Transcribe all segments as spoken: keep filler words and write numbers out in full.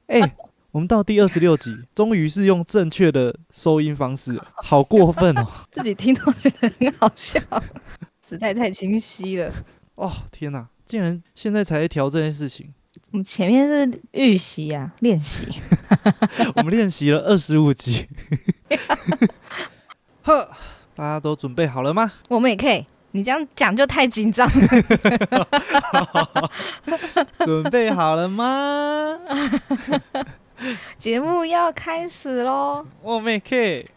哎、欸，我们到第二十六集，终于是用正确的收音方式了，好过分哦！ 自己听都觉得很好笑，实在太清晰了。 哦，天哪，竟然现在才调这件事情。 我们前面是预习啊，练习。 我们练习了二十五集。呵，大家都准备好了吗？ 我们也可以。你这样讲就太紧张了。 准备好了吗？ 节目要开始咯。 我们也可以。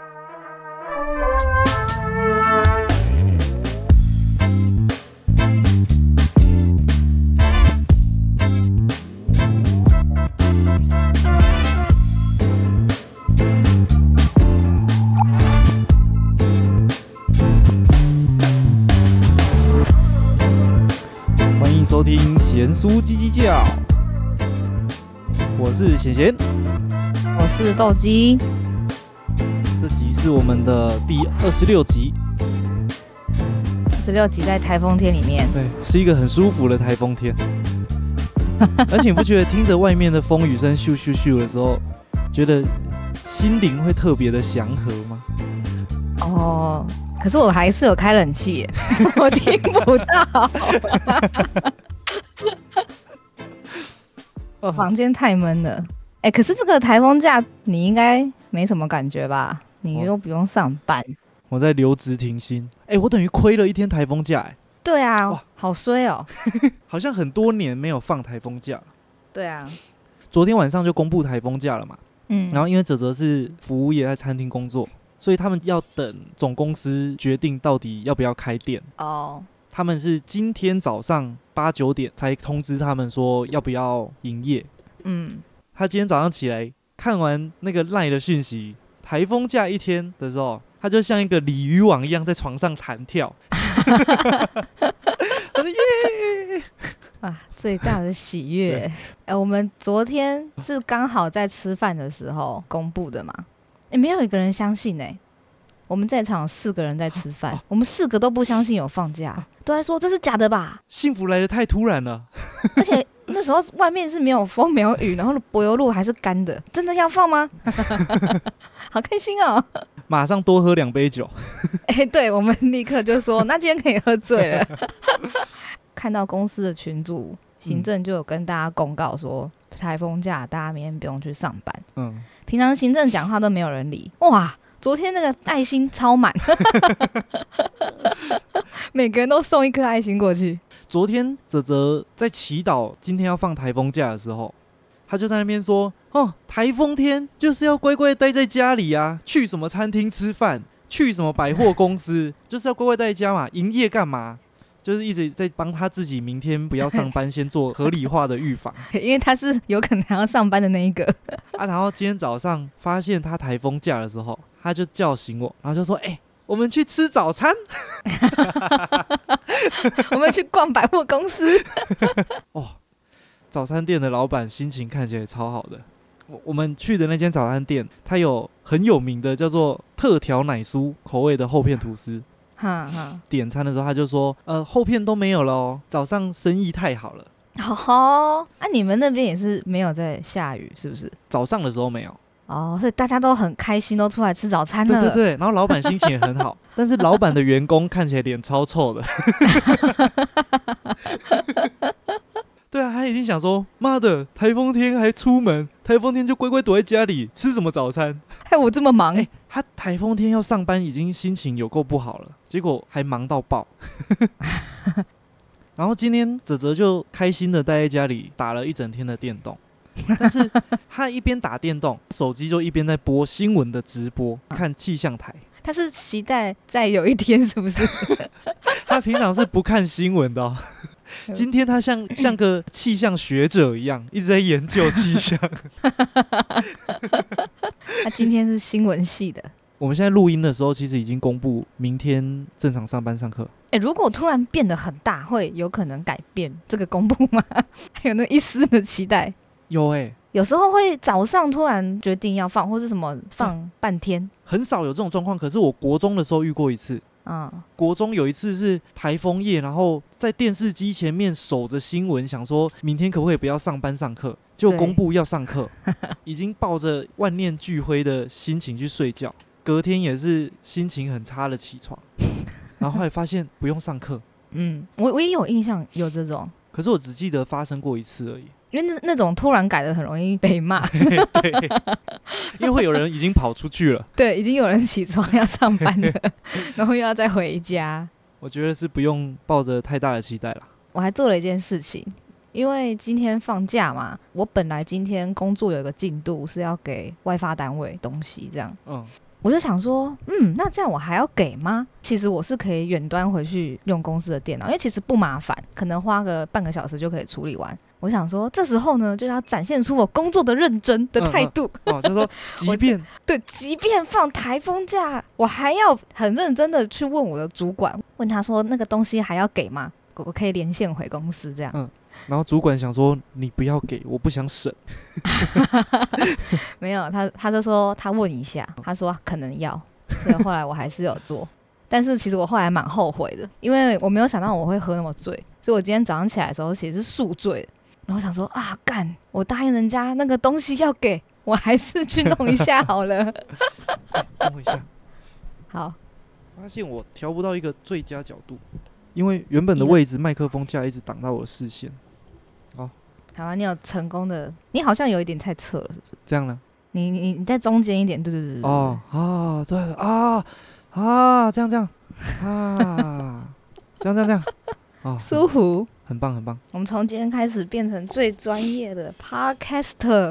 收听咸酥鸡鸡叫，我是咸咸， 我是豆鸡。 这集是我们的第二十六集。 二十六集在台风天里面， 对，是一个很舒服的台风天。而且你不觉得听着外面的风雨声咻咻咻的时候，觉得心灵会特別的祥和吗？ 哦。可是我还是有开冷气耶，我听不到。我房间太闷了。哎、欸，可是这个台风假你应该没什么感觉吧？你又不用上班。 我在留职停薪。哎、欸，我等于亏了一天台风假哎。 对啊，哇，好衰哦。 好像很多年没有放台风假。 对啊。 昨天晚上就公布台风假了嘛。 嗯。 然后因为哲哲是服务业，在餐厅工作。所以他们要等总公司决定到底要不要开店哦。Oh. 他们是今天早上八九点才通知他们说要不要营业。嗯，他今天早上起来看完那个 LINE 的讯息，台风假一天的时候，他就像一个鲤鱼王一样在床上弹跳。他说耶！ 啊，最大的喜悦。哎、欸，我们昨天是刚好在吃饭的时候公布的嘛。欸、没有一个人相信哎、欸，我们在场有四个人在吃饭、啊，我们四个都不相信有放假，啊、都在说这是假的吧？ 幸福来得太突然了， 而且那时候外面是没有风没有雨，然后柏油路还是干的，真的要放吗？好开心哦！ 马上多喝两杯酒。 哎、欸，对，我们立刻就说那今天可以喝醉了。看到公司的群组，行政就有跟大家公告说，台风假大家明天不用去上班。嗯。平常行政讲话都没有人理，哇！昨天那个爱心超满，每个人都送一颗爱心过去。 昨天哲哲在祈祷今天要放台风假的时候，他就在那边说：“哦，台风天就是要乖乖待在家里啊，去什么餐厅吃饭，去什么百货公司，就是要乖乖待在家嘛，营业干嘛？”就是一直在帮他自己明天不要上班先做合理化的预防。 因为他是有可能要上班的那一个啊。然后今天早上发现他台风假的时候，他就叫醒我，然后就说：“哎、欸，我们去吃早餐。” 我们去逛百货公司。 哦，早餐店的老板心情看起来超好的。我我们去的那间早餐店，它有很有名的叫做特调奶酥口味的厚片吐司。哈哈，点餐的时候他就说，呃，厚片都没有了哦，早上生意太好了。 哦，啊，你们那边也是没有在下雨是不是？ 早上的时候没有。 哦，所以大家都很开心，都出来吃早餐了。 对对对，然后老板心情也很好，但是老板的员工看起来脸超臭的。对啊，他已经想说，妈的，台风天还出门，台风天就乖乖躲在家里，吃什么早餐？ 害我这么忙。 欸，他台风天要上班，已经心情有够不好了，结果还忙到爆。然后今天哲哲就开心的待在家里打了一整天的电动，但是他一边打电动，手机就一边在播新闻的直播，看气象台。 他是期待再有一天是不是？ 他平常是不看新闻的哦。今天他像像个气象学者一样，一直在研究气象。 他今天是新闻系的。 我们现在录音的时候，其实已经公布明天正常上班上课。 欸，如果突然变得很大，会有可能改变这个公布吗？还有那一丝的期待？ 有哎、欸， 有时候会早上突然决定要放，或是什么放半天， 很少有这种状况。可是我国中的时候遇过一次。 嗯，国中有一次是台风夜，然后在电视机前面守着新闻，想说明天可不可以不要上班上课，就公布要上课，已经抱着万念俱灰的心情去睡觉，隔天也是心情很差的起床，然后后来发现不用上课。 嗯，我我也有印象有这种， 可是我只记得发生过一次而已。 因为 那, 那种突然改的很容易被骂对，因为会有人已经跑出去了对，已经有人起床要上班了然后又要再回家。 我觉得是不用抱着太大的期待啦。 我还做了一件事情，因为今天放假嘛，我本来今天工作有一个进度是要给外发单位东西这样，嗯，我就想说嗯，那这样我还要给吗？其实我是可以远端回去用公司的电脑，因为其实不麻烦，可能花个半个小时就可以处理完。我想说这时候呢就要展现出我工作的认真的态度， 嗯嗯哦，就是说即便对，即便放台风假我还要很认真的去问我的主管，问他说那个东西还要给吗？我可以连线回公司这样，嗯， 然后主管想说你不要给，我不想省没有，他他就说他问一下，他说可能要，所以后来我还是有做但是其实我后来蛮后悔的，因为我没有想到我会喝那么醉，所以我今天早上起来的时候其实是宿醉的，然后想说啊干，我答应人家那个东西要给，我还是去弄一下好了弄一下好， 发现我调不到一个最佳角度，因为原本的位置麦克风架一直挡到我的视线。好， 好啊，你有成功的，你好像有一点太侧了，是不是？ 这样呢？ 你你你在中间一点，对对对对。 哦啊，对啊啊，这样这样啊，这样这样这样，哦， 舒服， 很棒很棒。 我们从今天开始变成最专业的 podcaster。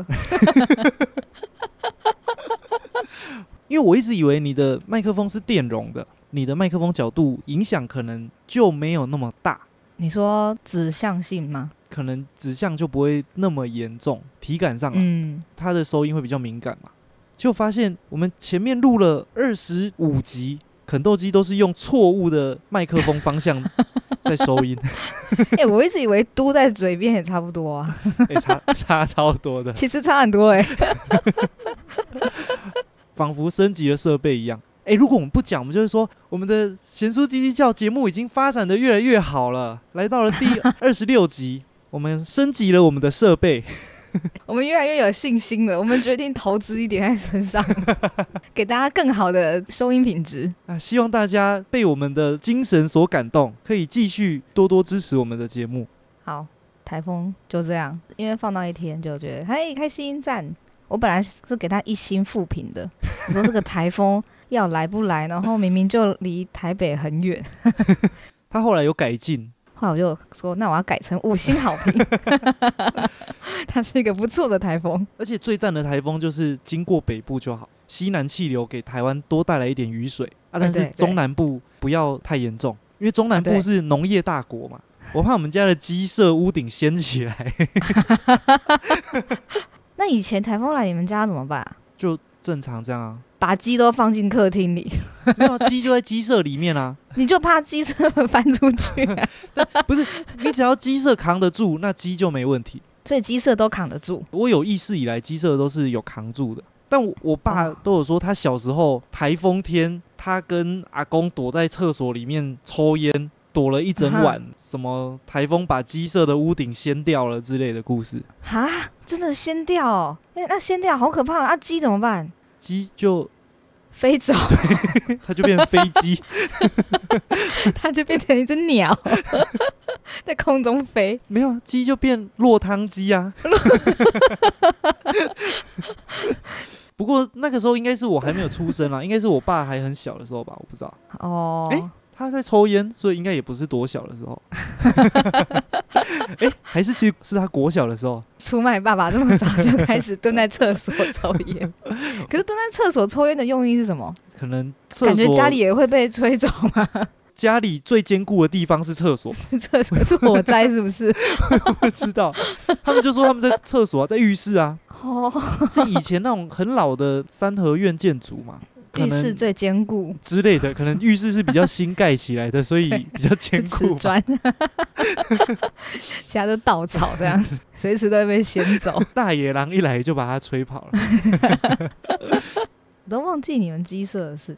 因为我一直以为你的麦克风是电容的，你的麦克风角度影响可能就没有那么大。 你说指向性吗？ 可能指向就不会那么严重，体感上、啊嗯、它的收音会比较敏感嘛。就发现我们前面录了二十五集，肯豆基都是用错误的麦克风方向在收音。 哎、欸，我一直以为嘟在嘴边也差不多啊。 哎、欸，差差超多的。 其实差很多哎、欸。 仿佛升级了设备一样。哎、欸，如果我们不讲，我们就会说我们的咸酥鸡鸡叫节目已经发展的越来越好了，来到了第二十六集，我们升级了我们的设备。 我们越来越有信心了，我们决定投资一点在身上，给大家更好的收音品质、 啊、希望大家被我们的精神所感动，可以继续多多支持我们的节目。 好，台风就这样，因为放到一天就觉得嘿开心赞。我本来是给他一星负评的，我说这个台风要来不来，然后明明就离台北很远。 他后来有改进， 后来我就说那我要改成五星好评。它是一个不错的台风， 而且最赞的台风就是经过北部就好，西南气流给台湾多带来一点雨水啊，但是中南部不要太严重，因为中南部是农业大国嘛，我怕我们家的鸡舍屋顶掀起来。那以前台风来你们家怎么办啊？ 就正常这样啊， 把鸡都放进客厅里。 没有，鸡就在鸡舍里面啊。 你就怕鸡舍翻出去、啊？ 不是，你只要鸡舍扛得住，那鸡就没问题。 所以鸡舍都扛得住。 我有意识以来，鸡舍都是有扛住的。但 我, 我爸都有说，他小时候台风天，他跟阿公躲在厕所里面抽烟，躲了一整晚，什么台风把鸡舍的屋顶掀掉了之类的故事。 哈，真的掀掉哦？那掀掉好可怕啊！鸡怎么办？ 鸡就飞走， 对，它就变成飞机， 它就变成一只鸟，在空中飞。 没有，鸡就变落汤鸡啊。不过那个时候应该是我还没有出生啦，应该是我爸还很小的时候吧，我不知道。哦，哎、欸，他在抽烟，所以应该也不是多小的时候。哎、欸，还是其实是他国小的时候。 出卖爸爸这么早就开始蹲在厕所抽烟，可是蹲在厕所抽烟的用意是什么？ 可能厕所感觉家里也会被吹走吗？ 家里最坚固的地方是厕所， 厕所是火灾是不是？ 我不知道，他们就说他们在厕所啊，在浴室啊，哦，是以前那种很老的三合院建筑嘛， 浴室最坚固之类的，可能浴室是比较新盖起来的，所以比较坚固。 瓷砖，其他都稻草这样，随时都会被掀走。 大野狼一来就把它吹跑了。 我都忘记你们鸡舍的事情。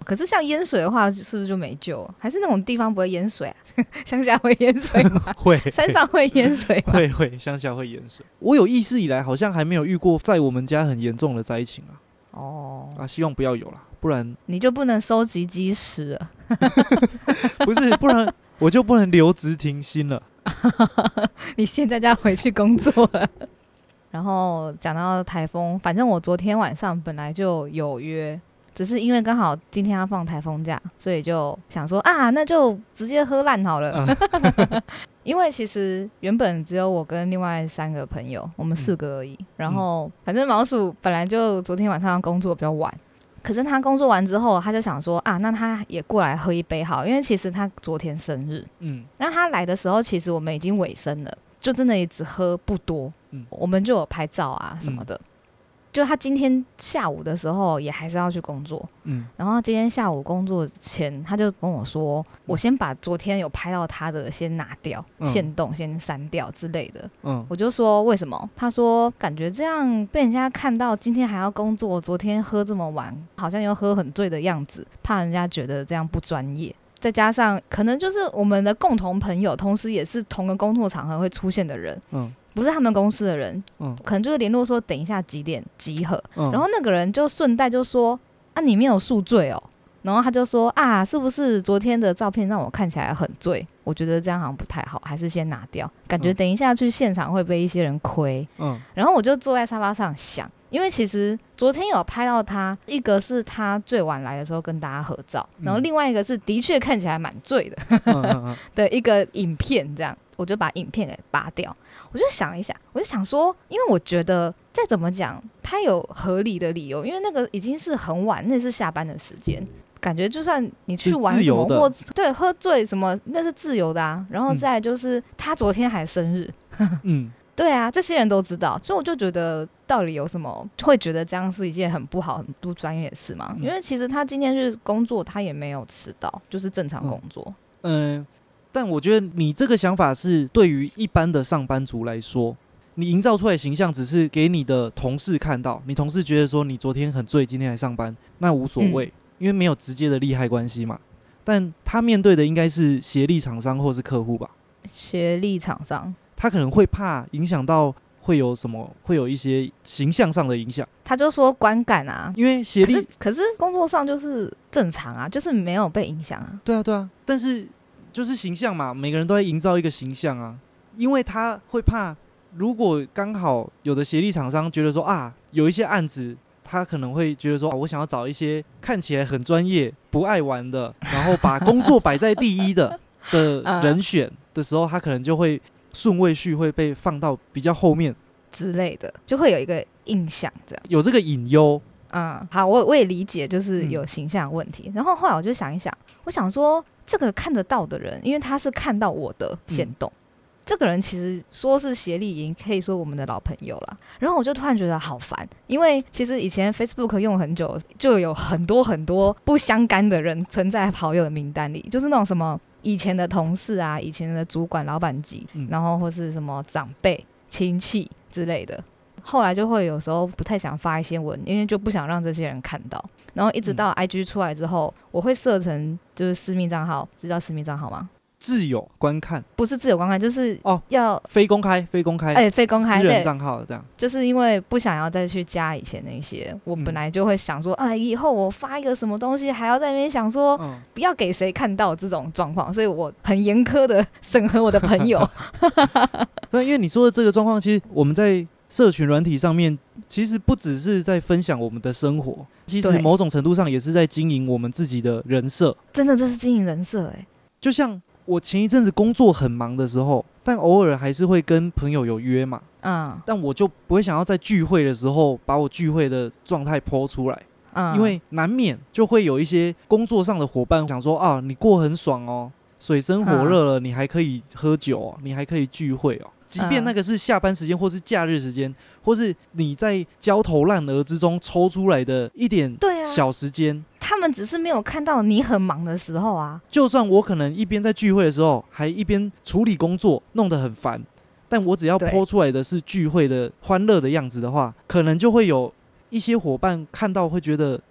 可是像淹水的话，是不是就没救？还是那种地方不会淹水啊？乡下会淹水吗？ 会， 山上会淹水吗？ 会会，乡下会淹水。我有意识以来，好像还没有遇过在我们家很严重的灾情啊。哦，啊，希望不要有啦，不然你就不能收集积石了。 不是，不然我就不能留职停薪了。 你现在就要回去工作了。然后讲到台风，反正我昨天晚上本来就有约，只是因为刚好今天要放台风假，所以就想说啊，那就直接喝烂好了。嗯、因为其实原本只有我跟另外三个朋友，我们四个而已。嗯、然后反正毛鼠本来就昨天晚上工作比较晚，可是他工作完之后，他就想说啊，那他也过来喝一杯好，因为其实他昨天生日。嗯，然后他来的时候，其实我们已经尾声了。就真的也只喝不多、嗯、我们就有拍照啊什么的、嗯、就他今天下午的时候也还是要去工作、嗯、然后今天下午工作前他就跟我说、嗯、我先把昨天有拍到他的先拿掉、嗯、限动先删掉之类的、嗯、我就说为什么？他说感觉这样被人家看到今天还要工作，昨天喝这么晚，好像又喝很醉的样子，怕人家觉得这样不专业，再加上可能就是我们的共同朋友，同时也是同个工作场合会出现的人、嗯、不是他们公司的人、嗯、可能就是联络说等一下几点集合、嗯、然后那个人就顺带就说啊你没有宿醉哦，然后他就说啊是不是昨天的照片让我看起来很醉，我觉得这样好像不太好，还是先拿掉，感觉等一下去现场会被一些人亏、嗯、然后我就坐在沙发上想，因为其实昨天有拍到他，一个是他最晚来的时候跟大家合照、嗯、然后另外一个是的确看起来蛮醉的嗯嗯嗯的一个影片，这样我就把影片给拔掉。我就想一想，我就想说，因为我觉得再怎么讲他有合理的理由，因为那个已经是很晚，那是下班的时间，感觉就算你去玩什么或对喝醉什么那是自由的啊，然后再来就是他昨天还生日嗯对啊，这些人都知道，所以我就觉得到底有什么会觉得这样是一件很不好很不专业的事吗、嗯、因为其实他今天去工作他也没有迟到，就是正常工作。嗯、呃， 但我觉得你这个想法是对于一般的上班族来说，你营造出来的形象只是给你的同事看到，你同事觉得说你昨天很醉今天来上班，那无所谓、嗯、因为没有直接的利害关系嘛。但他面对的应该是协力厂商或是客户吧。 协力厂商他可能会怕影响到会有什么，会有一些形象上的影响。 他就说观感啊， 因为协力 可, 可是工作上就是正常啊，就是没有被影响啊。 对啊对啊，但是就是形象嘛，每个人都在营造一个形象啊。因为他会怕，如果刚好有的协力厂商觉得说啊，有一些案子他可能会觉得说、啊、我想要找一些看起来很专业不爱玩的，然后把工作摆在第一的的人选的时候，他可能就会顺位序会被放到比较后面之类的，就会有一个印象，这样有这个隐忧。 嗯，好，我我也理解，就是有形象问题、嗯。然后后来我就想一想，我想说，这个看得到的人，因为他是看到我的限动、嗯，这个人其实说是协力营，可以说我们的老朋友啦。然后我就突然觉得好烦，因为其实以前 Facebook 用很久，就有很多很多不相干的人存在好友的名单里，就是那种什么以前的同事啊，以前的主管老板级、嗯、然后或是什么长辈亲戚之类的，后来就会有时候不太想发一些文，因为就不想让这些人看到，然后一直到 I G 出来之后、嗯、我会设成就是私密账号，知道私密账号吗？ 自由观看， 不是自由观看，就是要、哦、 非公开非公开哎、欸，非公开私人账号这样， 就是因为不想要再去加以前那些，我本来就会想说、嗯、啊，以后我发一个什么东西还要在那边想说、嗯、不要给谁看到这种状况，所以我很严苛的审核我的朋友对，因为你说的这个状况，其实我们在社群软体上面其实不只是在分享我们的生活，其实某种程度上也是在经营我们自己的人设， 真的就是经营人设哎、欸， 就像我前一阵子工作很忙的时候，但偶尔还是会跟朋友有约嘛，嗯，但我就不会想要在聚会的时候把我聚会的状态 po 出来，嗯，因为难免就会有一些工作上的伙伴想说啊，你过很爽哦，水深火热了、嗯、你还可以喝酒哦，你还可以聚会哦，即便那个是下班时间或是假日时间，或是你在焦头烂额之中抽出来的一点小时间， 他们只是没有看到你很忙的时候啊。 就算我可能一边在聚会的时候还一边处理工作弄得很烦，但我只要 po 出来的是聚会的欢乐的样子的话，可能就会有一些伙伴看到会觉得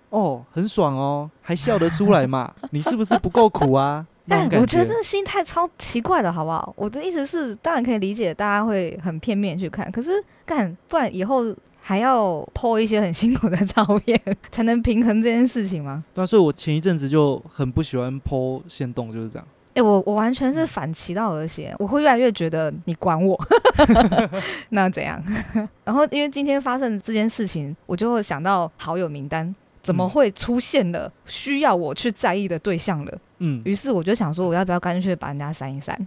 哦，很爽哦，还笑得出来嘛？你是不是不够苦啊？ 但我觉得这个心态超奇怪的，好不好？我的意思是，当然可以理解大家会很片面去看，可是干，不然以后还要 po 一些很辛苦的照片，才能平衡这件事情吗？ 对啊，所以我前一阵子就很不喜欢 po 限动，就是这样。 哎、欸，我我完全是反其道而行，我会越来越觉得你管我，那怎样？然后因为今天发生这件事情，我就会想到好友名单。怎么会出现了需要我去在意的对象了？嗯，于是我就想说，我要不要干脆把人家删一删，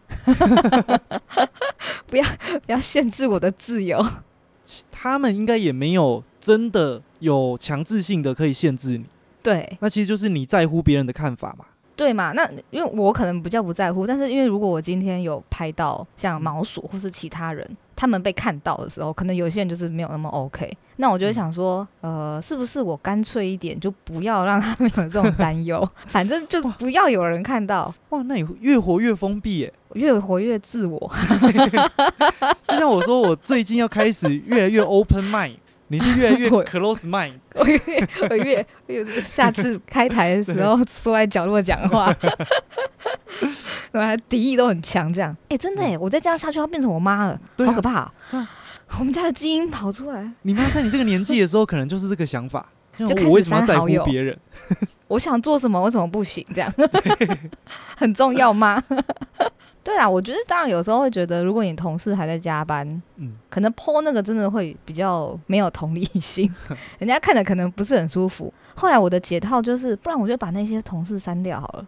不要不要限制我的自由。 他们应该也没有真的有强制性的可以限制你。 对， 那其实就是你在乎别人的看法嘛。 对嘛？那因为我可能比较不在乎，但是因为如果我今天有拍到像毛鼠或是其他人，他们被看到的时候，可能有些人就是没有那么 OK， 那我就会想说，呃，是不是我干脆一点，就不要让他们有这种担忧，反正就不要有人看到。 哇，那你越活越封闭耶， 越活越自我。 就像我说，我最近要开始越来越 open mind。你是越来越 close mind， 我越我越越下次开台的时候缩在角落讲话，然后敌意都很强，这样。哎、欸，真的哎，我再这样下去要变成我妈了， 啊、 好可怕、啊！我们家的基因跑出来。 你妈在你这个年纪的时候，可能就是这个想法。就我为什么要在乎别人？ 我想做什么，为什么不行？这样很重要吗？对啦，我觉得当然有时候会觉得，如果你同事还在加班，嗯，可能 po 那个真的会比较没有同理心，人家看的可能不是很舒服。后来我的解套就是，不然我就把那些同事删掉好了。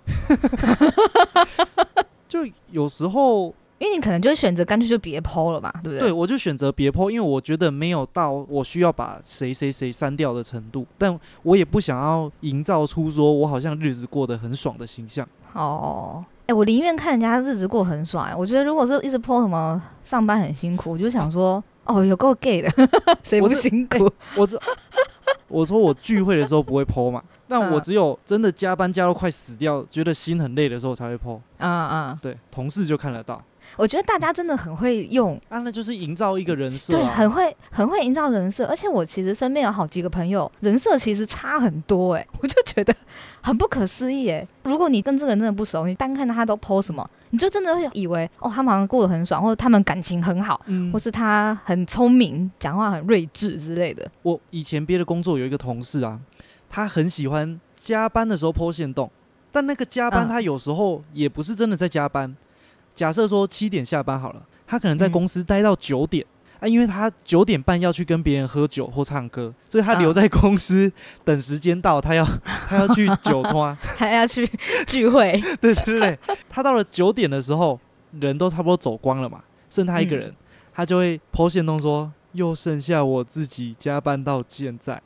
就有时候， 因为你可能就会选择干脆就别 po 了嘛，对不对？ 对，我就选择别 po，因为我觉得没有到我需要把谁谁谁删掉的程度，但我也不想要营造出说我好像日子过得很爽的形象。 哦。哎、欸，我宁愿看人家日子过很爽、欸。我觉得如果是一直 po 什么上班很辛苦，我就想说，哦，有够 gay 的，谁不辛苦？ 欸、我这我说我聚会的时候不会 po 嘛，但我只有真的加班加到快死掉，觉得心很累的时候才会 po。嗯嗯，对，同事就看得到。 我觉得大家真的很会用， 啊，那就是营造一个人设、啊， 对，很会很会营造人设。而且我其实身边有好几个朋友，人设其实差很多哎、欸，我就觉得很不可思议哎、欸。如果你跟这个人真的不熟，你单看他都 po 什么，你就真的会以为哦，他们好像过得很爽，或者他们感情很好，嗯、或是他很聪明，讲话很睿智之类的。 我以前别的工作有一个同事啊，他很喜欢加班的时候 po 限动，但那个加班他有时候也不是真的在加班。嗯，假设说七点下班好了，他可能在公司待到九点、嗯、啊，因为他九点半要去跟别人喝酒或唱歌，所以他留在公司、嗯、等时间到，他要他要去酒托， 还要去聚会。 对对对，他到了九点的时候，人都差不多走光了嘛，剩他一个人，嗯、他就会 po 限动说，又剩下我自己加班到现在，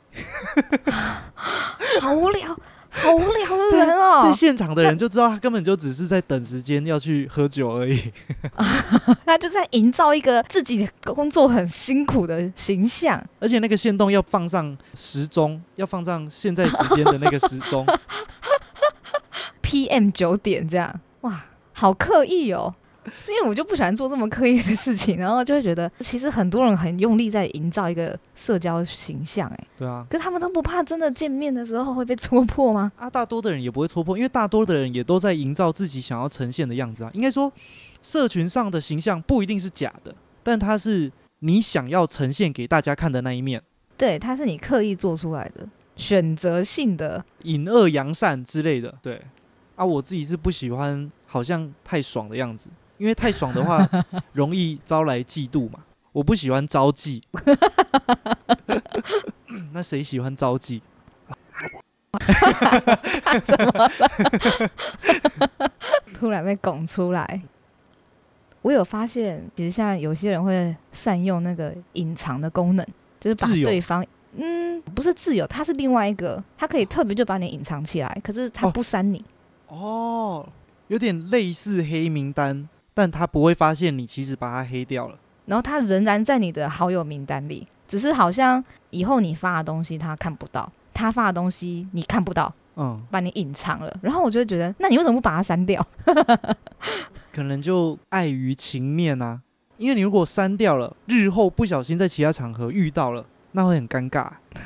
好无聊。好无聊的人哦， 在现场的人就知道他根本就只是在等时间要去喝酒而已。 他就在营造一个自己工作很辛苦的形象， 而且那个限动要放上时钟，要放上现在时间的那个时钟 P M 九点这样，哇，好刻意哦。是因为我就不喜欢做这么刻意的事情，然后就会觉得其实很多人很用力在营造一个社交形象，哎， 对啊， 可是他们都不怕真的见面的时候会被戳破吗？ 啊，大多的人也不会戳破，因为大多的人也都在营造自己想要呈现的样子啊。应该说，社群上的形象不一定是假的，但它是你想要呈现给大家看的那一面。 对，它是你刻意做出来的，选择性的， 隐恶扬善之类的。对啊，我自己是不喜欢好像太爽的样子。因为太爽的话，容易招来嫉妒嘛。我不喜欢招妓，那谁喜欢招妓？ 怎么了？突然被拱出来。我有发现，其实现在有些人会善用那个隐藏的功能，就是把对方，嗯，不是自由，他是另外一个，他可以特别就把你隐藏起来，可是他不删你。 哦，哦，有点类似黑名单。但他不会发现你其实把他黑掉了， 然后他仍然在你的好友名单里，只是好像以后你发的东西他看不到，他发的东西你看不到，嗯，把你隐藏了。然后我就会觉得，那你为什么不把它删掉？ 可能就碍于情面啊，因为你如果删掉了，日后不小心在其他场合遇到了，那会很尴尬。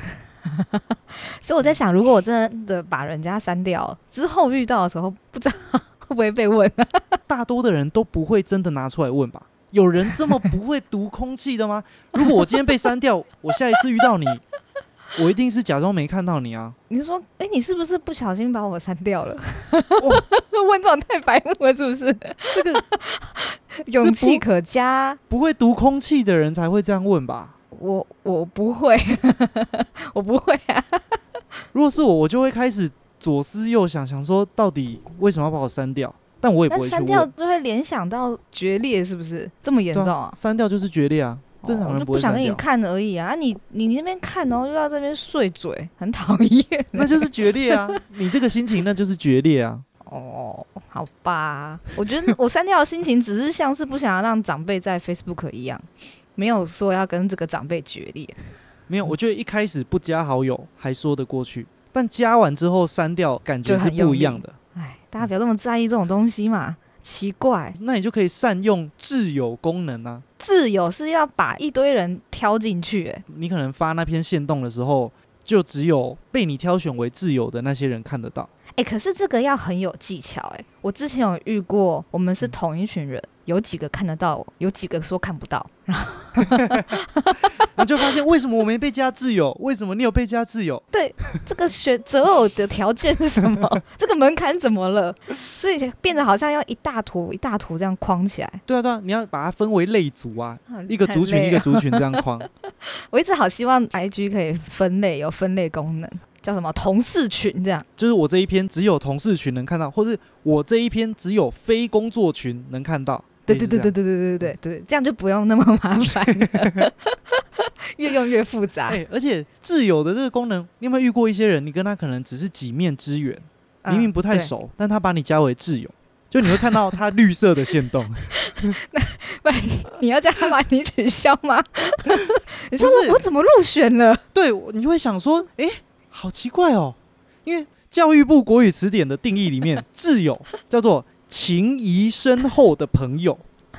所以我在想，如果我真的把人家删掉之后遇到的时候，不知道会不会被问、啊、 大多的人都不会真的拿出来问吧？有人这么不会读空气的吗？如果我今天被删掉，我下一次遇到你，我一定是假装没看到你啊。 你说，哎、欸，你是不是不小心把我删掉了？问这种太白目了，是不是？ 这个勇气可嘉。 不, 不会读空气的人才会这样问吧？ 我我不会，我不会啊。 如果是我，我就会开始左思右想，想说到底为什么要把我删掉？但我也不会去问。 删掉就会联想到决裂，是不是这么严重啊？ 删掉就是决裂啊，正常人不会删掉。 我就不想给你看而已啊！啊你你那边看，然后又要这边碎嘴，很讨厌。 那就是决裂啊！你这个心情那就是决裂啊！ 哦，好吧，我觉得我删掉的心情只是像是不想要让长辈在 Facebook 一样，没有说要跟这个长辈决裂。 没有，我觉得一开始不加好友还说得过去，但加完之后删掉，感觉是不一样的。 哎，大家不要这么在意这种东西嘛，奇怪。 那你就可以善用挚友功能啊。 挚友是要把一堆人挑进去、欸， 你可能发那篇限动的时候，就只有被你挑选为挚友的那些人看得到。 哎、欸，可是这个要很有技巧哎、欸。我之前有遇过，我们是同一群人，嗯、有几个看得到，有几个说看不到，然后然后就发现为什么我没被加挚友，为什么你有被加挚友？ 对，这个选择偶的条件是什么？这个门槛怎么了？所以变得好像要一大图一大图这样框起来。 对啊对啊，你要把它分为类组啊，一个族群一个族群这样框。 我一直好希望 I G 可以分类，有分类功能。叫什么同事群这样， 就是我这一篇只有同事群能看到，或是我这一篇只有非工作群能看到。 对对对对对对对对对，这样就不用那么麻烦了，越用越复杂。 欸、而且挚友的这个功能，你有没有遇过一些人，你跟他可能只是几面之缘，明明不太熟，嗯、但他把你加为挚友，就你会看到他绿色的限动。 那不然你要叫他把你取消吗？你说 我, 我怎么入选了？ 对，你会想说，哎、欸。好奇怪哦，因为教育部国语词典的定义里面，挚友叫做情谊深厚的朋友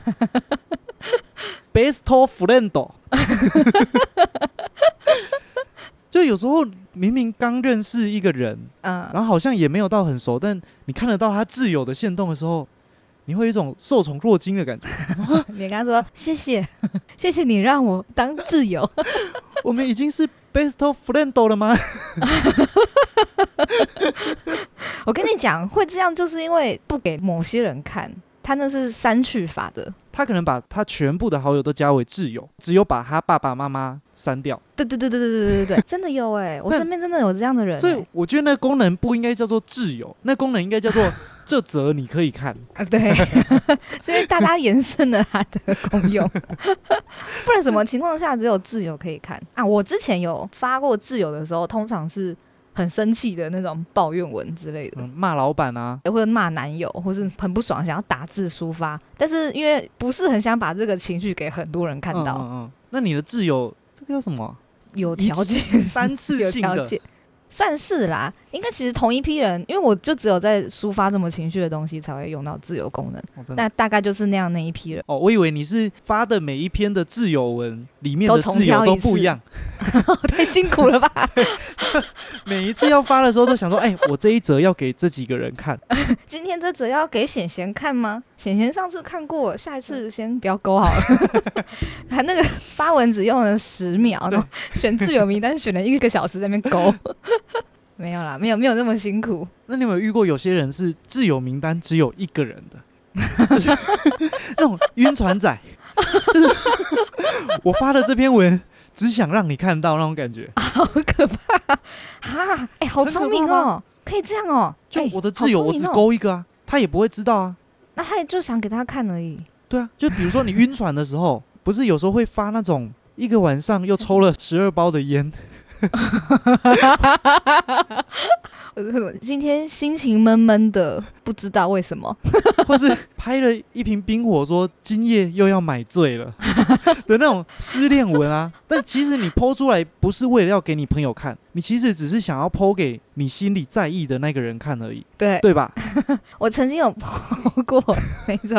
，best friend。就有时候明明刚认识一个人，嗯，然后好像也没有到很熟，但你看得到他挚友的限动的时候，你会有一种受宠若惊的感觉。 你跟他说谢谢，谢谢你让我当挚友。 我们已经是 best friend 了吗？ 我跟你讲，会这样就是因为不给某些人看，他那是删去法的。 他可能把他全部的好友都加为挚友，只有把他爸爸妈妈删掉。 对对对对对对对对，真的有哎、欸，我身边真的有这样的人、欸。 所以我觉得那个功能不应该叫做挚友，那功能应该叫做这则你可以看。 啊，对，所以大家延伸了它的功用。不然什么情况下只有挚友可以看啊？我之前有发过挚友的时候，通常是很生气的那种抱怨文之类的， 骂、嗯、老板啊， 或者骂男友，或是很不爽想要打字抒发，但是因为不是很想把这个情绪给很多人看到。嗯嗯嗯， 那你的挚友这个叫什么？ 有条件， 三次性的， 算是啦。应该其实同一批人，因为我就只有在抒发这么情绪的东西才会用到挚友功能，哦、那大概就是那样那一批人。 哦，我以为你是发的每一篇的挚友文里面的挚友都不一样， 太辛苦了吧？ 每一次要发的时候都想说，哎、欸，我这一则要给这几个人看。 今天这则要给显贤看吗？显贤上次看过，下一次先不要勾好了。他那个发文只用了十秒，然后选挚友名单选了一个小时在那边勾。没有啦，没有没有那么辛苦。 那你有没有遇过有些人是挚友名单只有一个人的，就是那种晕船仔，就是我发的这篇文只想让你看到那种感觉， 好可怕啊！哎、欸，好聪明哦，可以这样哦。 就我的挚友，我只勾一个啊，他也不会知道啊。 那他也就想给他看而已。 对啊，就比如说你晕船的时候，不是有时候会发那种一个晚上又抽了十二包的烟。 今天心情闷闷的，不知道为什么， 或是拍了一瓶冰火，说今夜又要买醉了的那种失恋文啊。但其实你 po 出来不是为了要给你朋友看，你其实只是想要 po 给你心里在意的那个人看而已， 对对吧？ 我曾经有 po 过那种。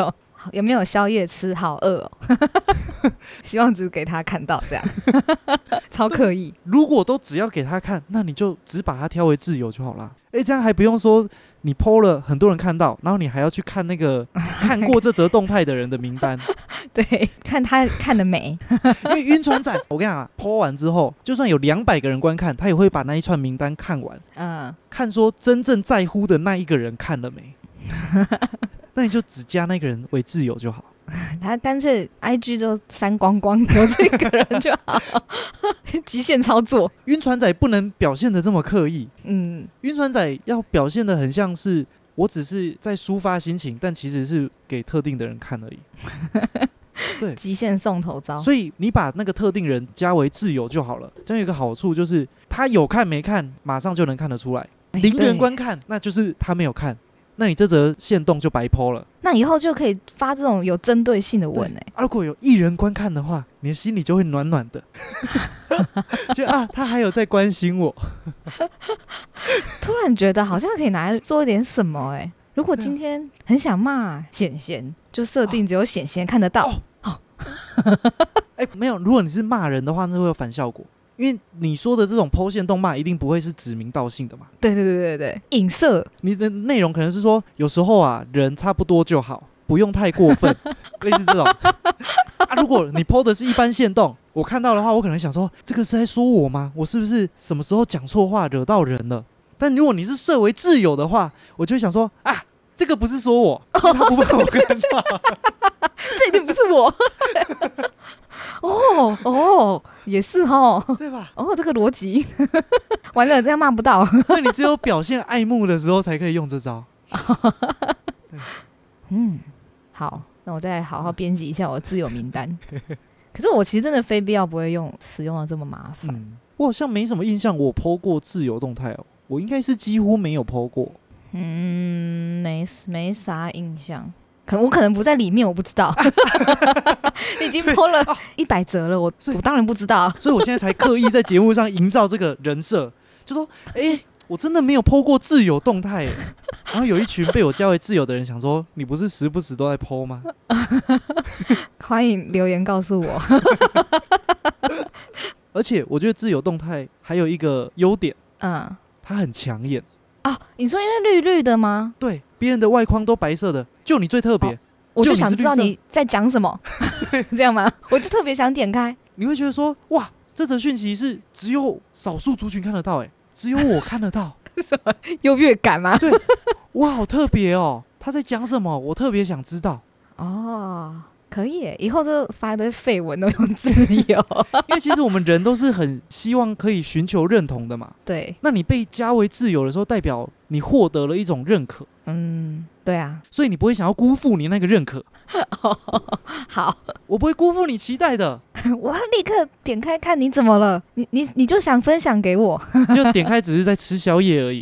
有没有宵夜吃，好饿哦。希望只给他看到这样。超刻意。 如果都只要给他看，那你就只把他挑为挚友就好了。哎，这样还不用说你 po 了很多人看到，然后你还要去看那个看过这则动态的人的名单。 对，看他看的美。 因为晕船仔，我跟你讲啊 po 完之后，就算有两百个人观看，他也会把那一串名单看完，嗯，看说真正在乎的那一个人看了没。那你就只加那个人为挚友就好。 他干脆 I G 就删光光，有这个人就好。极限操作。 晕船仔不能表现得这么刻意。嗯，晕船仔要表现得很像是我只是在抒发心情，但其实是给特定的人看而已。对， 极限送头招。 所以你把那个特定人加为挚友就好了。这样有一个好处就是他有看没看马上就能看得出来。零人观看那就是他没有看，那你这则限动就白 po 了。 那以后就可以发这种有针对性的文、欸啊、如果有一人观看的话，你的心里就会暖暖的。就啊，他还有在关心我。 突然觉得好像可以拿来做一点什么哎、欸。如果今天很想骂显贤，就设定只有显贤看得到。哦哦欸、没有，如果你是骂人的话，那会有反效果。因为你说的这种 po 限动骂一定不会是指名道姓的嘛。 对对对对对，影射。 你的内容可能是说，有时候啊，人差不多就好，不用太过分，类似这种。啊，如果你 po 的是一般限动，我看到的话，我可能想说，这个是在说我吗？我是不是什么时候讲错话惹到人了？但如果你是设为挚友的话，我就会想说，啊，这个不是说我，因为他不被我看到。 这一定不是我。哦哦，也是哦， 对吧？ 哦，这个逻辑，完了这样骂不到。 所以你只有表现爱慕的时候才可以用这招。 嗯，好，那我再好好编辑一下我挚友名单。可是我其实真的非必要不会用，使用的这么麻烦、嗯。 我好像没什么印象，我 po 过挚友动态哦，我应该是几乎没有 po 过。 嗯，没没啥印象。可能我可能不在里面，我不知道。你已经 po 了一百则了，我我当然不知道。 所以我现在才刻意在节目上营造这个人设，就说，哎、欸，我真的没有 po 过挚友动态。然后有一群被我加为挚友的人想说，你不是时不时都在 po 吗？ 欢迎留言告诉我。 而且我觉得挚友动态还有一个优点，嗯，它很抢眼。 哦，你说因为绿绿的吗？ 对，别人的外框都白色的，就你最特别、哦。 我就想知道你在讲什么。这样吗？我就特别想点开。 你会觉得说，哇，这则讯息是只有少数族群看得到，哎，只有我看得到。 什么优越感吗？ 对，哇，好特别哦！他在讲什么？我特别想知道。 哦。可以耶，以后就发一堆废文都用挚友。 因为其实我们人都是很希望可以寻求认同的嘛。 对。 那你被加为挚友的时候，代表你获得了一种认可。 嗯，对啊。 所以你不会想要辜负你那个认可。 哦、好， 我不会辜负你期待的。 我要立刻点开看你怎么了，你你你就想分享给我。 就点开只是在吃宵夜而已。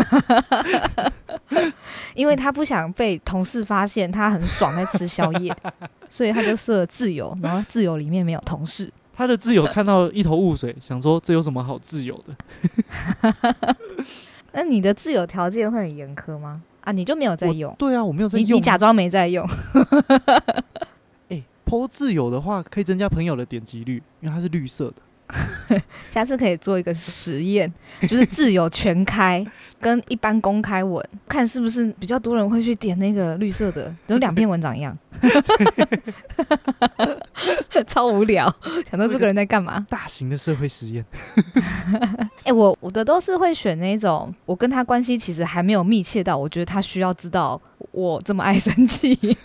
因为他不想被同事发现他很爽在吃宵夜，所以他就设挚友，然后挚友里面没有同事。 他的挚友看到一头雾水，想说这有什么好挚友的？ 那你的挚友条件会很严苛吗？啊，你就没有在用？ 对啊，我没有在用、啊你。 你假装没在用。 哎、欸、，po 挚友的话可以增加朋友的点击率，因为它是绿色的。 下次可以做一个实验，就是挚友全开跟一般公开文，看是不是比较多人会去点那个绿色的，有两篇文章一样。超无聊，想说这个人在干嘛？ 大型的社会实验。 哎、欸，我我的都是会选那种，我跟他关系其实还没有密切到，我觉得他需要知道我这么爱生气。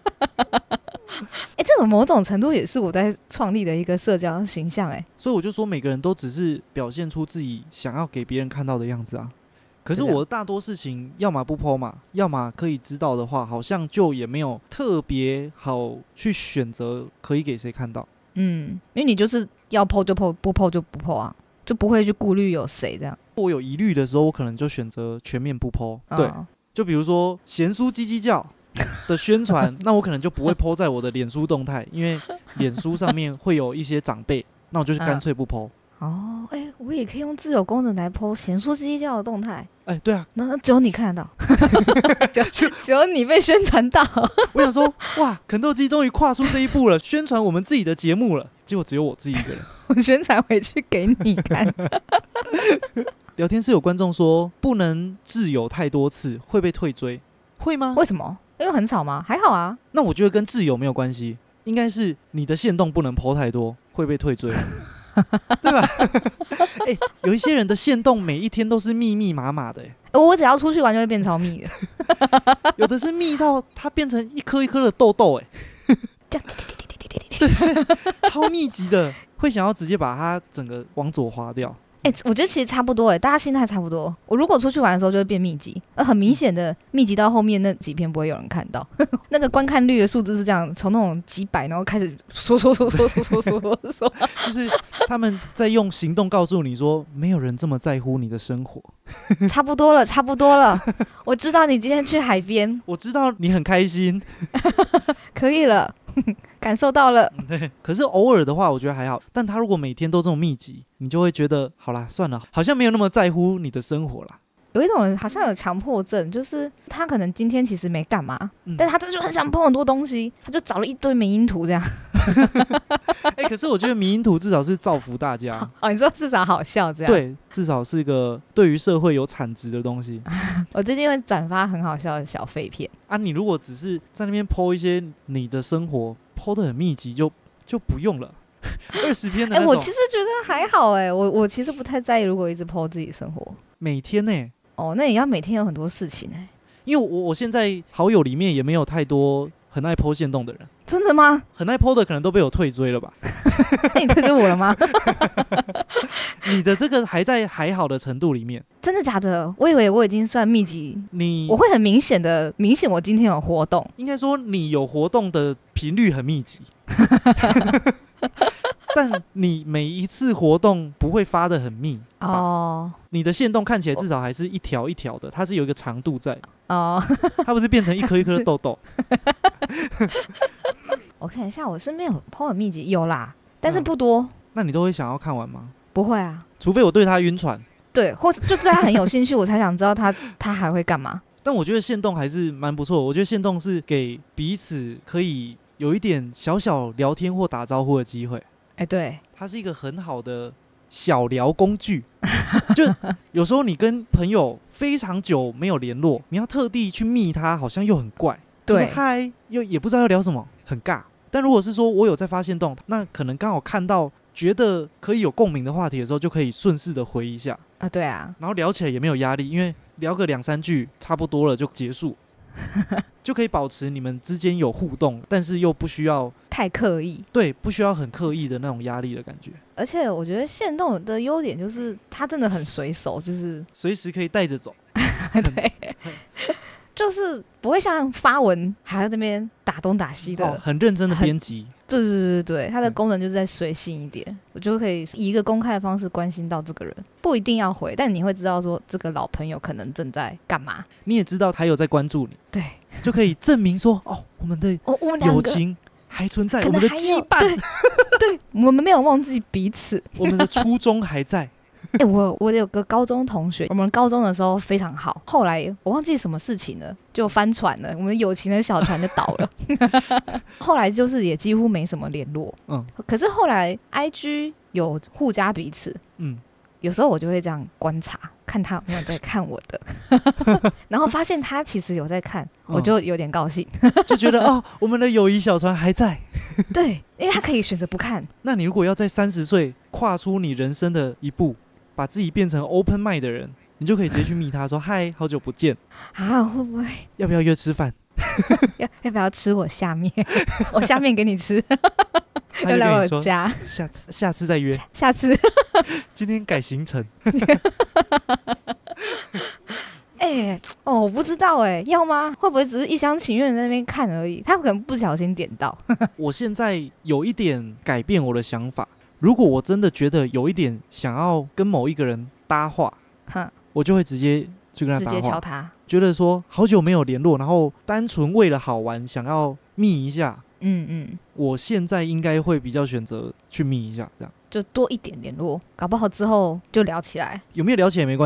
哎、欸，这种某种程度也是我在创立的一个社交形象，哎， 所以我就说每个人都只是表现出自己想要给别人看到的样子啊。可是我大多事情要么不 po 嘛，要么可以知道的话，好像就也没有特别好去选择可以给谁看到。 嗯，因为你就是要 po 就 po， 不 po 就不 po 啊，就不会去顾虑有谁这样。 我有疑虑的时候，我可能就选择全面不 po、哦。对，就比如说贤叔叽叽叫的宣传，那我可能就不会 po 在我的脸书动态，因为脸书上面会有一些长辈，那我就是干脆不 po。 哦，哎、欸，我也可以用自有功能来 po 贤叔叽叽叫的动态。 哎，对啊， 那只有你看得到，就只有你被宣传到。 我想说，哇，肯豆基终于跨出这一步了，宣传我们自己的节目了。结果只有我自己一个人。 我宣传回去给你看。 聊天室有观众说，不能挚友太多次会被退追，会吗？ 为什么？因为很吵吗？还好啊。 那我觉得跟挚友没有关系，应该是你的限动不能 po 太多，会被退追。对吧？欸，有一些人的限动每一天都是密密麻麻的，欸， 我只要出去玩就会变超密的。 有的是密到它变成一颗一颗的痘痘，欸，对，超密集的，会想要直接把它整个往左滑掉。 哎，欸，我觉得其实差不多，哎，大家心态差不多。我如果出去玩的时候就会变密集，而很明显的密集到后面那几篇不会有人看到，那个观看率的数字是这样，从那种几百，然后开始说说说说说说说说说， 就是他们在用行动告诉你说，没有人这么在乎你的生活。 差不多了，差不多了，我知道你今天去海边， 我知道你很开心， 可以了。感受到了， 对。可是偶尔的话，我觉得还好。但他如果每天都这么密集，你就会觉得，好啦，算了，好像没有那么在乎你的生活啦。 有一种人好像有强迫症，就是他可能今天其实没干嘛，嗯，但他这就很想po很多东西，他就找了一堆迷因图这样。 哎，欸，可是我觉得迷因图至少是造福大家。 哦，你说至少好笑这样？ 对，至少是一个对于社会有产值的东西。 我最近会转发很好笑的小废片啊，你如果只是在那边 po 一些你的生活 po 得很密集，就就不用了。二十篇的那种。 哎，欸，我其实觉得还好，哎，欸，我我其实不太在意，如果一直 po 自己生活， 每天呢，欸。 哦，那也要每天有很多事情哎，欸。 因为我我现在好友里面也没有太多很爱 po 限动的人。 真的吗？ 很爱 po 的可能都被我退追了吧？ 那你退追我了吗？ 你的这个还在还好的程度里面。 真的假的？我以为我已经算密集， 你我会很明显的明显我今天有活动。 应该说你有活动的频率很密集。但你每一次活动不会发得很密哦，你的限动看起来至少还是一条一条的，它是有一个长度在哦，它不是变成一颗一颗的痘痘。 我看一下，我身边有 po 很密集，有啦，但是不多。嗯， 那你都会想要看完吗？ 不会啊， 除非我对他晕船， 对，或者就对他很有兴趣，我才想知道他他还会干嘛。 但我觉得限动还是蛮不错，我觉得限动是给彼此可以有一点小小聊天或打招呼的机会。 哎，欸，对， 它是一个很好的小聊工具。就有时候你跟朋友非常久没有联络，你要特地去密他，好像又很怪。对，嗨，又也不知道要聊什么，很尬。但如果是说我有在发限动，那可能刚好看到觉得可以有共鸣的话题的时候，就可以顺势的回一下啊。对啊， 然后聊起来也没有压力，因为聊个两三句差不多了就结束。就可以保持你们之间有互动，但是又不需要太刻意， 对，不需要很刻意的那种压力的感觉。 而且我觉得限动的优点就是它真的很随手，就是随时可以带着走。 对，就是不会像发文还在那边打东打西的， 哦，很认真的编辑。 对对对对，它的功能就是再随性一点，嗯，我就可以以一个公开的方式关心到这个人，不一定要回，但你会知道说这个老朋友可能正在干嘛， 你也知道他有在关注你，对，就可以证明说哦，我们的友情还存在，我们的羁绊， 对，对，我们没有忘记彼此， 我们的初衷还在。 哎，欸，我我有个高中同学，我们高中的时候非常好，后来我忘记什么事情了，就翻船了，我们友情的小船就倒了。后来就是也几乎没什么联络，嗯，可是后来 I G 有互加彼此，嗯，有时候我就会这样观察，看他有没有在看我的，然后发现他其实有在看，嗯，我就有点高兴， 就觉得哦，我们的友谊小船还在。 对，因为他可以选择不看。 那你如果要在三十岁跨出你人生的一步，把自己变成 open mind 的人，你就可以直接去密他说嗨，好久不见啊，会不会要不要约吃饭？ 要要不要吃我下面？我下面给你吃。要来我家？ 下次下次再约。 下次。 今天改行程。 哎、欸，哦，我不知道哎、欸，要吗？会不会只是一厢情愿在那边看而已？他可能不小心点到。 我现在有一点改变我的想法。如果我真的觉得有一点想要跟某一个人搭话，我就会直接去跟他搭话， 直接敲他。 觉得说好久没有联络，然后单纯为了好玩想要密一下，嗯嗯，我现在应该会比较选择去密一下，这样就多一点联络，搞不好之后就聊起来。 有没有聊起来没关系，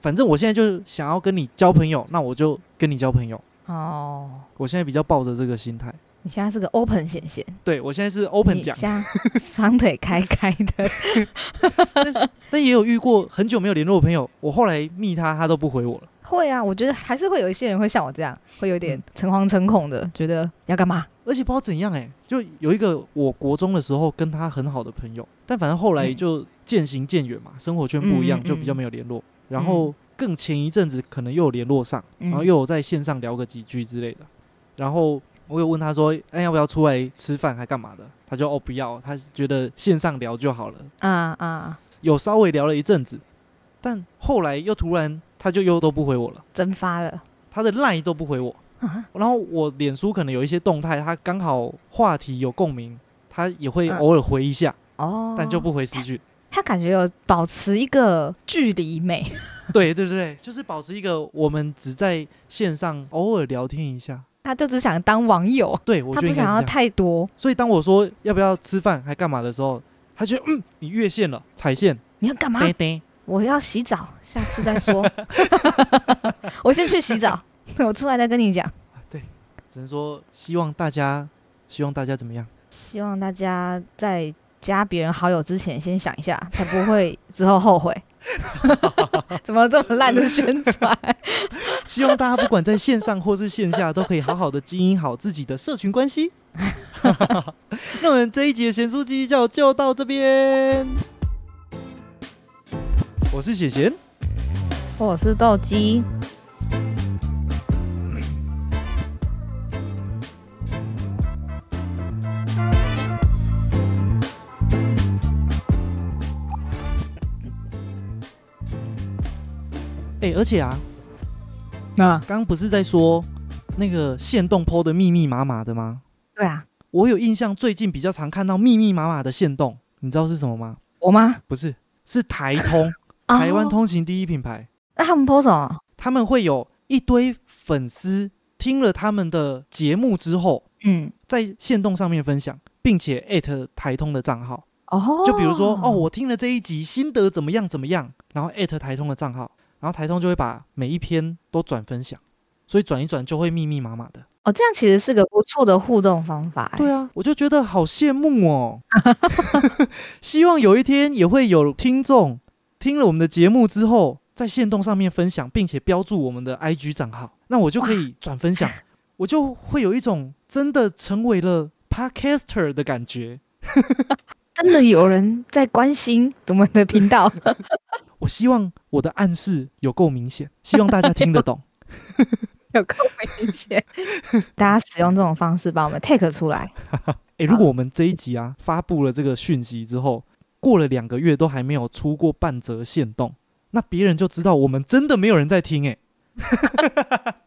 反正我现在就想要跟你交朋友，那我就跟你交朋友。哦，我现在比较抱着这个心态。 你现在是个 open 显现， 对，我现在是 open 讲， 你现在双腿开开的。 但是但也有遇过很久没有联络的朋友，我后来密他，他都不回我了。 会啊，我觉得还是会有一些人会像我这样，会有点诚惶诚恐的，觉得要干嘛？ 而且不知道怎样哎、欸，就有一个我国中的时候跟他很好的朋友，但反正后来就渐行渐远嘛，生活圈不一样，就比较没有联络。然后更前一阵子可能又有联络上，然后又有在线上聊个几句之类的。然后我有问他说：“哎，要不要出来吃饭还干嘛的？”他就哦不要，他觉得线上聊就好了。啊啊，有稍微聊了一阵子，但后来又突然他就又都不回我了， 蒸发了， 他的 LINE 都不回我。啊、然后我脸书可能有一些动态，他刚好话题有共鸣，他也会偶尔回一下，嗯、但就不回私讯。 他感觉有保持一个距离美。 对对对，就是保持一个我们只在线上偶尔聊天一下。 他就只想当网友， 对，我觉得应该是这样， 他不想要太多。 所以当我说要不要吃饭还干嘛的时候，他觉得嗯，你越线了，踩线。 你要干嘛？ 叮叮， 我要洗澡，下次再说。我先去洗澡，我出来再跟你讲。 对，只能说希望大家，希望大家怎么样？ 希望大家在加别人好友之前先想一下，才不会之后后悔。怎么这么烂的宣传？ 希望大家不管在线上或是线下都可以好好的经营好自己的社群关系。那我们这一集的咸酥鸡就就到这边。我是显贤， 我是豆鸡。 哎、欸，而且啊，那刚刚不是在说那个限动 po 的密密麻麻的吗？ 对啊， 我有印象，最近比较常看到密密麻麻的限动，你知道是什么吗？ 我吗？ 不是，是台通，台湾通勤第一品牌。 那、哦、他们 po 什么？ 他们会有一堆粉丝听了他们的节目之后，嗯，在限动上面分享，并且 at 台通的账号。哦，就比如说，哦，我听了这一集心得怎么样怎么样，然后 at 台通的账号。然后台通就会把每一篇都转分享，所以转一转就会密密麻麻的。 哦，这样其实是个不错的互动方法。 对啊，我就觉得好羡慕哦。希望有一天也会有听众听了我们的节目之后，在限动上面分享，并且标注我们的 I G 账号，那我就可以转分享，我就会有一种真的成为了 Podcaster 的感觉。 真的有人在关心我们的频道。 我希望我的暗示有够明显，希望大家听得懂。 有够明显，大家使用这种方式把我们 take 出来。 欸、如果我们这一集啊发布了这个讯息之后，过了两个月都还没有出过半则限动，那别人就知道我们真的没有人在听哎、欸。